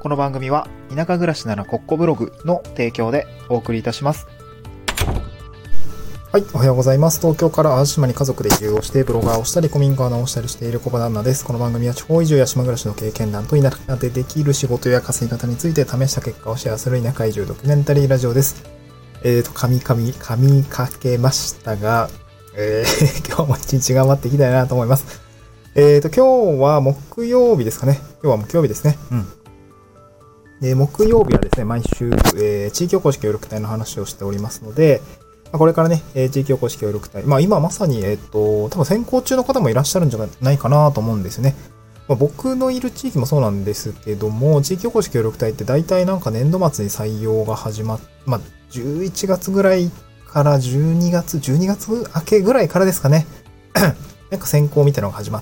この番組は田舎暮らしならコッコブログの提供でお送りいたします。はい、おはようございます。東京から淡路島に家族で移住をしてブロガーをしたり古民家を直したりしている小場旦那です。この番組は地方移住や島暮らしの経験談と田舎でできる仕事や稼ぎ方について試した結果をシェアする田舎移住ドキュメンタリーラジオです。噛みかけましたが、今日も一日頑張っていきたいなと思います。今日は木曜日ですかね。今日は木曜日ですね。木曜日はですね、毎週、地域おこし協力隊の話をしておりますので、これからね、地域おこし協力隊。今まさに、多分先行中の方もいらっしゃるんじゃないかなと思うんですよね。僕のいる地域もそうなんですけども、地域おこし協力隊って大体なんか年度末に採用が始まっ、11月ぐらいから12月明けぐらいからですかね。なんか選考みたいなのが始まって、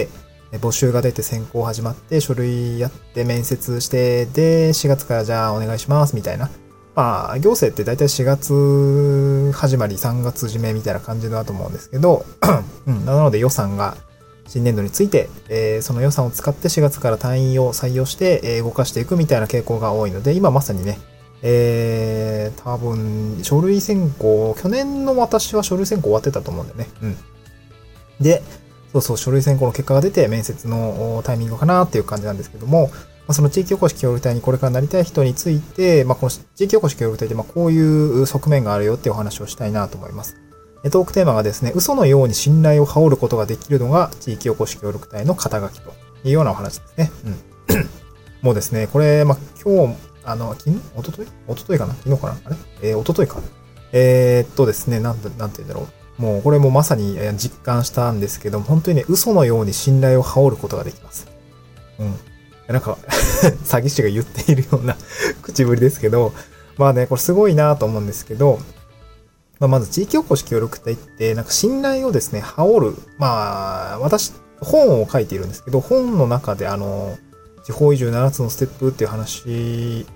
募集が出て選考始まって、書類やって面接して、で、4月からじゃあお願いしますみたいな。行政って大体4月始まり3月締めみたいな感じだと思うんですけど、なので予算が新年度について、その予算を使って4月から単位を採用して、動かしていくみたいな傾向が多いので、今まさにね、多分、書類選考、去年の私は書類選考終わってたと思うんだよね。で、書類選考の結果が出て面接のタイミングかなっていう感じなんですけども、その地域おこし協力隊にこれからなりたい人について、この地域おこし協力隊ってこういう側面があるよっていうお話をしたいなと思います。トークテーマがですね、嘘のように信頼を羽織ることができるのが地域おこし協力隊の肩書きというようなお話ですね。もうですね、これ、今日、おとといかな昨日かなおとといか。ですね、なんて言うんだろう。もうこれもまさに実感したんですけども、本当にね、嘘のように信頼を羽織ることができます。なんか、詐欺師が言っているような口ぶりですけど、これすごいなと思うんですけど、まず地域おこし協力隊って、なんか信頼をですね、羽織る。私、本を書いているんですけど、本の中で地方移住7つのステップっていう話、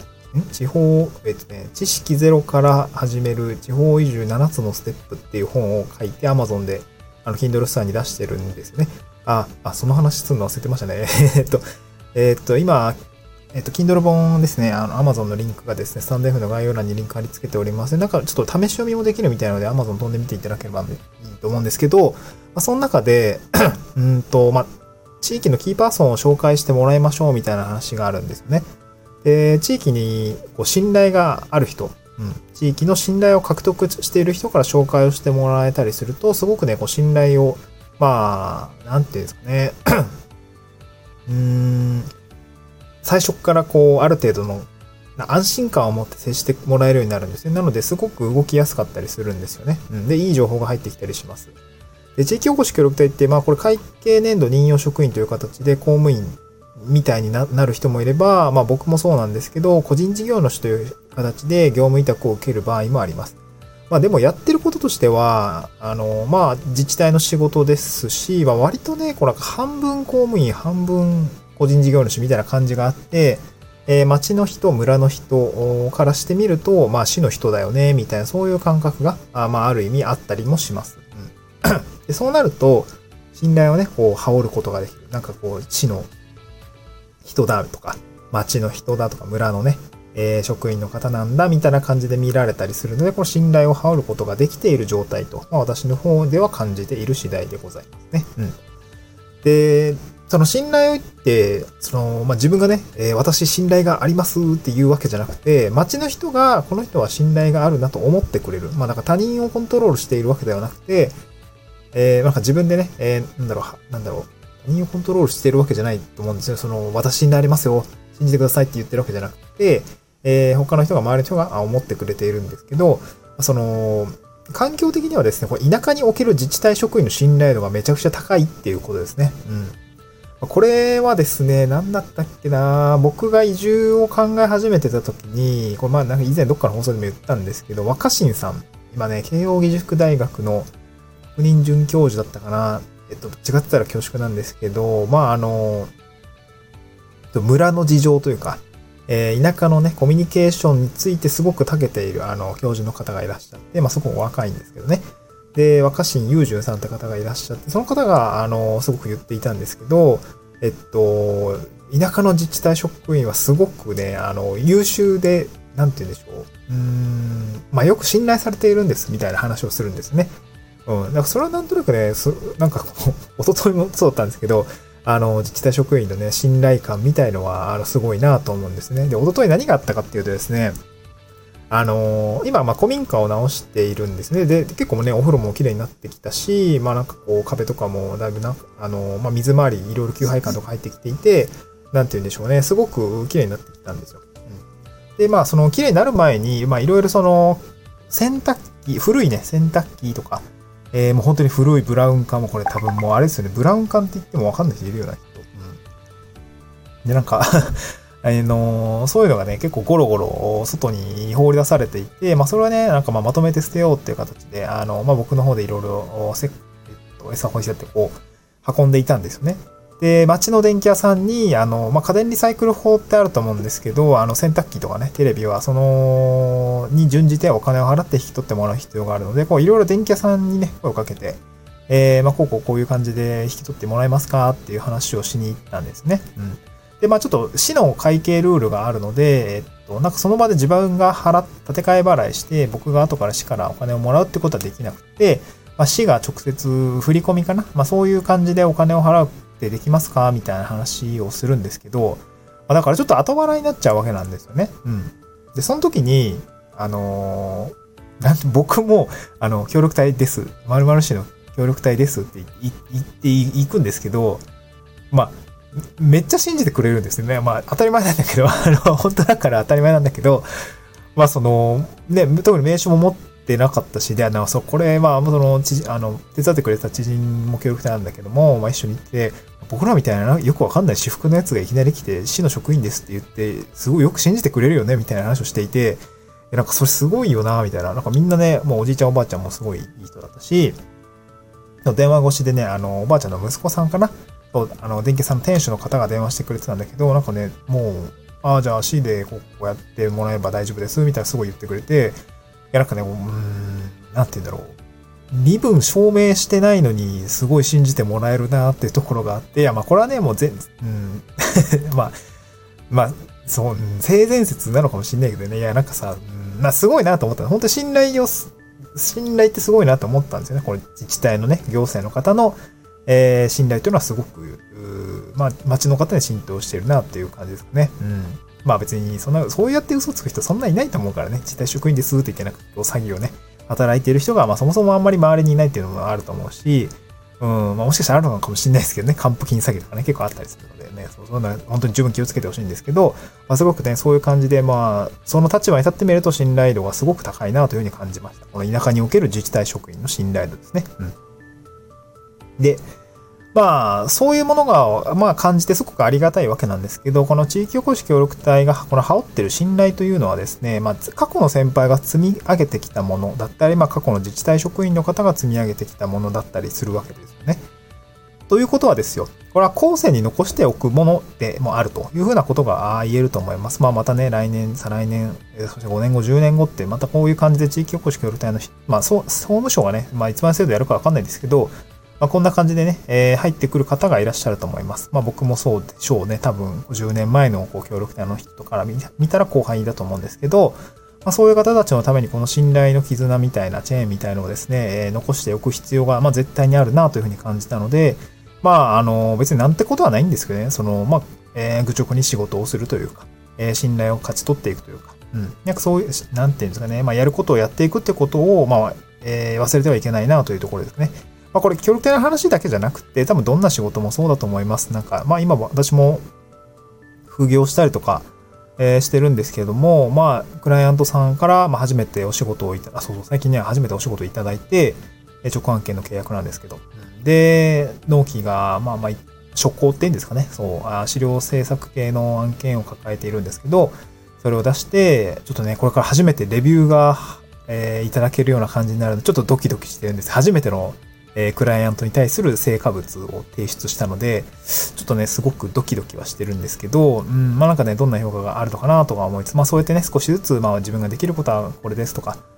知識ゼロから始める地方移住7つのステップっていう本を書いて Amazon でKindle ストアに出してるんですよね。その話するの忘れてましたね。今、Kindle 本ですね、Amazon のリンクがですね、スタンド F の概要欄にリンク貼り付けております。なんかちょっと試し読みもできるみたいなので Amazon 飛んでみていただければいいと思うんですけど、その中で、地域のキーパーソンを紹介してもらいましょうみたいな話があるんですよね。地域に信頼がある人、地域の信頼を獲得している人から紹介をしてもらえたりすると、すごくね、信頼を、なんていうんですかね、最初からある程度の安心感を持って接してもらえるようになるんですね。なので、すごく動きやすかったりするんですよね。で、いい情報が入ってきたりします。で、地域おこし協力隊って、これ会計年度任用職員という形で公務員みたいになる人もいれば、僕もそうなんですけど、個人事業主という形で業務委託を受ける場合もあります。でもやってることとしては、自治体の仕事ですし、割とね、半分公務員、半分個人事業主みたいな感じがあって、町の人、村の人からしてみると、市の人だよね、みたいな、そういう感覚が、ある意味あったりもします。でそうなると、信頼をね、羽織ることができる。なんか市の人だとか、町の人だとか、村のね、職員の方なんだ、みたいな感じで見られたりするので、この信頼を羽織ることができている状態と、私の方では感じている次第でございますね。で、その信頼って、自分がね、私信頼がありますっていうわけじゃなくて、町の人が、この人は信頼があるなと思ってくれる。なんか他人をコントロールしているわけではなくて、なんか自分でね、他人をコントロールしているわけじゃないと思うんですよ。私信頼ありますよ。信じてくださいって言ってるわけじゃなくて、他の人が、周りの人が思ってくれているんですけど、環境的にはですね、田舎における自治体職員の信頼度がめちゃくちゃ高いっていうことですね。これはですね、何だったっけな、僕が移住を考え始めてた時に、なんか以前どっかの放送でも言ったんですけど、若新さん、今ね、慶應義塾大学の特任准教授だったかな、違ってたら恐縮なんですけど、村の事情というか、田舎のね、コミュニケーションについてすごく長けている、教授の方がいらっしゃって、そこも若いんですけどね。で、若新雄純さんって方がいらっしゃって、その方が、すごく言っていたんですけど、 田舎の自治体職員はすごくね、優秀で、なんて言うんでしょう。よく信頼されているんです、みたいな話をするんですね。だからそれはなんとなくね、なんか一昨日もそうだったんですけど、自治体職員のね、信頼感みたいのは、すごいなと思うんですね。で、一昨日何があったかっていうとですね、今、古民家を直しているんですね。で、結構ね、お風呂も綺麗になってきたし、なんかこう、壁とかもだいぶ水回り、いろいろ給配管とか入ってきていて、なんて言うんでしょうね、すごく綺麗になってきたんですよ。で、その綺麗になる前に、いろいろ洗濯機、古いね、洗濯機とか、もう本当に古いブラウン管もこれ多分もうあれですよね、ブラウン管って言ってもわかんない人いるような人。で、なんかそういうのがね、結構ゴロゴロ外に放り出されていて、それはね、なんかまとめて捨てようっていう形で、僕の方でいろいろ、餌干しやってこう、運んでいたんですよね。で、町の電気屋さんに、家電リサイクル法ってあると思うんですけど、洗濯機とかね、テレビは、に準じてお金を払って引き取ってもらう必要があるので、こう、いろいろ電気屋さんにね、声をかけて、こういう感じで引き取ってもらえますかっていう話をしに行ったんですね。で、ちょっと市の会計ルールがあるので、なんかその場で自分が立て替え払いして、僕が後から市からお金をもらうってことはできなくて、市が直接振り込みかな、そういう感じでお金を払うってできますかみたいな話をするんですけど、だからちょっと後払いになっちゃうわけなんですよね。で、その時に、僕も、協力隊です。〇〇市の協力隊ですって言っていくんですけど、めっちゃ信じてくれるんですよね。当たり前なんだけど、本当だから当たり前なんだけど、特に名刺も持ってなかったし、で、これ、手伝ってくれた知人も協力隊なんだけども、一緒に行って、僕らみたいなよくわかんない私服のやつがいきなり来て、市の職員ですって言って、すごいよく信じてくれるよね、みたいな話をしていて、なんかそれすごいよな、みたいな。なんかみんなね、もうおじいちゃんおばあちゃんもすごいいい人だったし、電話越しでね、おばあちゃんの息子さんかな、電気屋さんの店主の方が電話してくれてたんだけど、なんかね、もう、じゃあ C でこうやってもらえば大丈夫です、みたいなすごい言ってくれて、なんかね、なんて言うんだろう。身分証明してないのに、すごい信じてもらえるなっていうところがあって、これはね、もうそう、性善説なのかもしんないけどね、なんかさ、すごいなと思った。本当に信頼ってすごいなと思ったんですよね。これ自治体のね、行政の方の、信頼というのはすごく、町の方に浸透しているなっていう感じですね。別に、そうやって嘘つく人そんないないと思うからね、自治体職員ですって言ってなくて、詐欺をね、働いている人が、そもそもあんまり周りにいないっていうのもあると思うし、もしかしたらあるのかもしれないですけどね、還付金詐欺とかね、結構あったりするのでね、そんな、本当に十分気をつけてほしいんですけど、すごくね、そういう感じで、その立場に立ってみると信頼度がすごく高いなというふうに感じました。この田舎における自治体職員の信頼度ですね。で、そういうものが、感じてすごくありがたいわけなんですけど、この地域おこし協力隊が、この羽織ってる信頼というのはですね、過去の先輩が積み上げてきたものだったり、過去の自治体職員の方が積み上げてきたものだったりするわけですよね。ということはですよ、これは後世に残しておくものでもあるというふうなことが言えると思います。またね、来年、再来年、そして5年後、10年後って、またこういう感じで地域おこし協力隊の、総務省がね、いつまで制度やるかわかんないですけど、こんな感じでね、入ってくる方がいらっしゃると思います。僕もそうでしょうね。多分、10年前の協力隊の人から見たら後輩だと思うんですけど、そういう方たちのためにこの信頼の絆みたいなチェーンみたいのをですね、残しておく必要が、絶対にあるなというふうに感じたので、別になんてことはないんですけどね、愚直に仕事をするというか、信頼を勝ち取っていくというか、なんかそういう、なんていうんですかね、やることをやっていくってことを、忘れてはいけないなというところですね。これ、協力隊の話だけじゃなくて、多分どんな仕事もそうだと思います。なんか、今私も副業したりとか、してるんですけれども、クライアントさんから、初めてお仕事を最近には初めてお仕事をいただいて、直案件の契約なんですけど。で、納期が、職工っていうんですかね。資料制作系の案件を抱えているんですけど、それを出して、ちょっとね、これから初めてレビューが、いただけるような感じになるので、ちょっとドキドキしてるんです。初めてのクライアントに対する成果物を提出したので、ちょっとね、すごくドキドキはしてるんですけど、なんかね、どんな評価があるのかなとか思いつつ、そうやってね、少しずつ、自分ができることはこれですとか、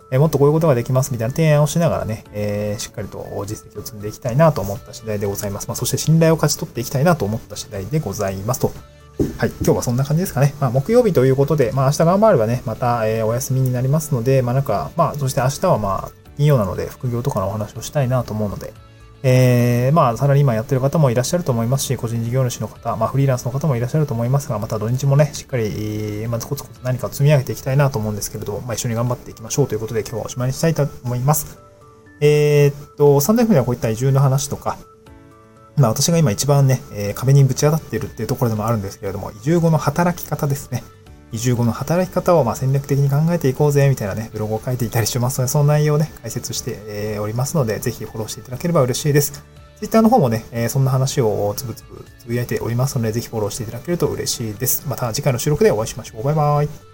もっとこういうことができますみたいな提案をしながらね、しっかりと実績を積んでいきたいなと思った次第でございます。そして信頼を勝ち取っていきたいなと思った次第でございますと。はい。今日はそんな感じですかね。木曜日ということで、明日頑張ればね、また、お休みになりますので、そして明日は金曜なので、副業とかのお話をしたいなと思うので、サラリーマンやってる方もいらっしゃると思いますし、個人事業主の方、フリーランスの方もいらっしゃると思いますが、また土日もね、しっかり、コツコツ何か積み上げていきたいなと思うんですけれど、一緒に頑張っていきましょうということで、今日はおしまいにしたいと思います。スタンド F ではこういった移住の話とか、私が今一番ね、壁にぶち当たっているっていうところでもあるんですけれども、移住後の働き方ですね。移住後の働き方を戦略的に考えていこうぜみたいなね、ブログを書いていたりしますので、その内容をね、解説しておりますので、ぜひフォローしていただければ嬉しいです。Twitter の方もね、そんな話をつぶつぶやいておりますので、ぜひフォローしていただけると嬉しいです。また次回の収録でお会いしましょう。バイバイ。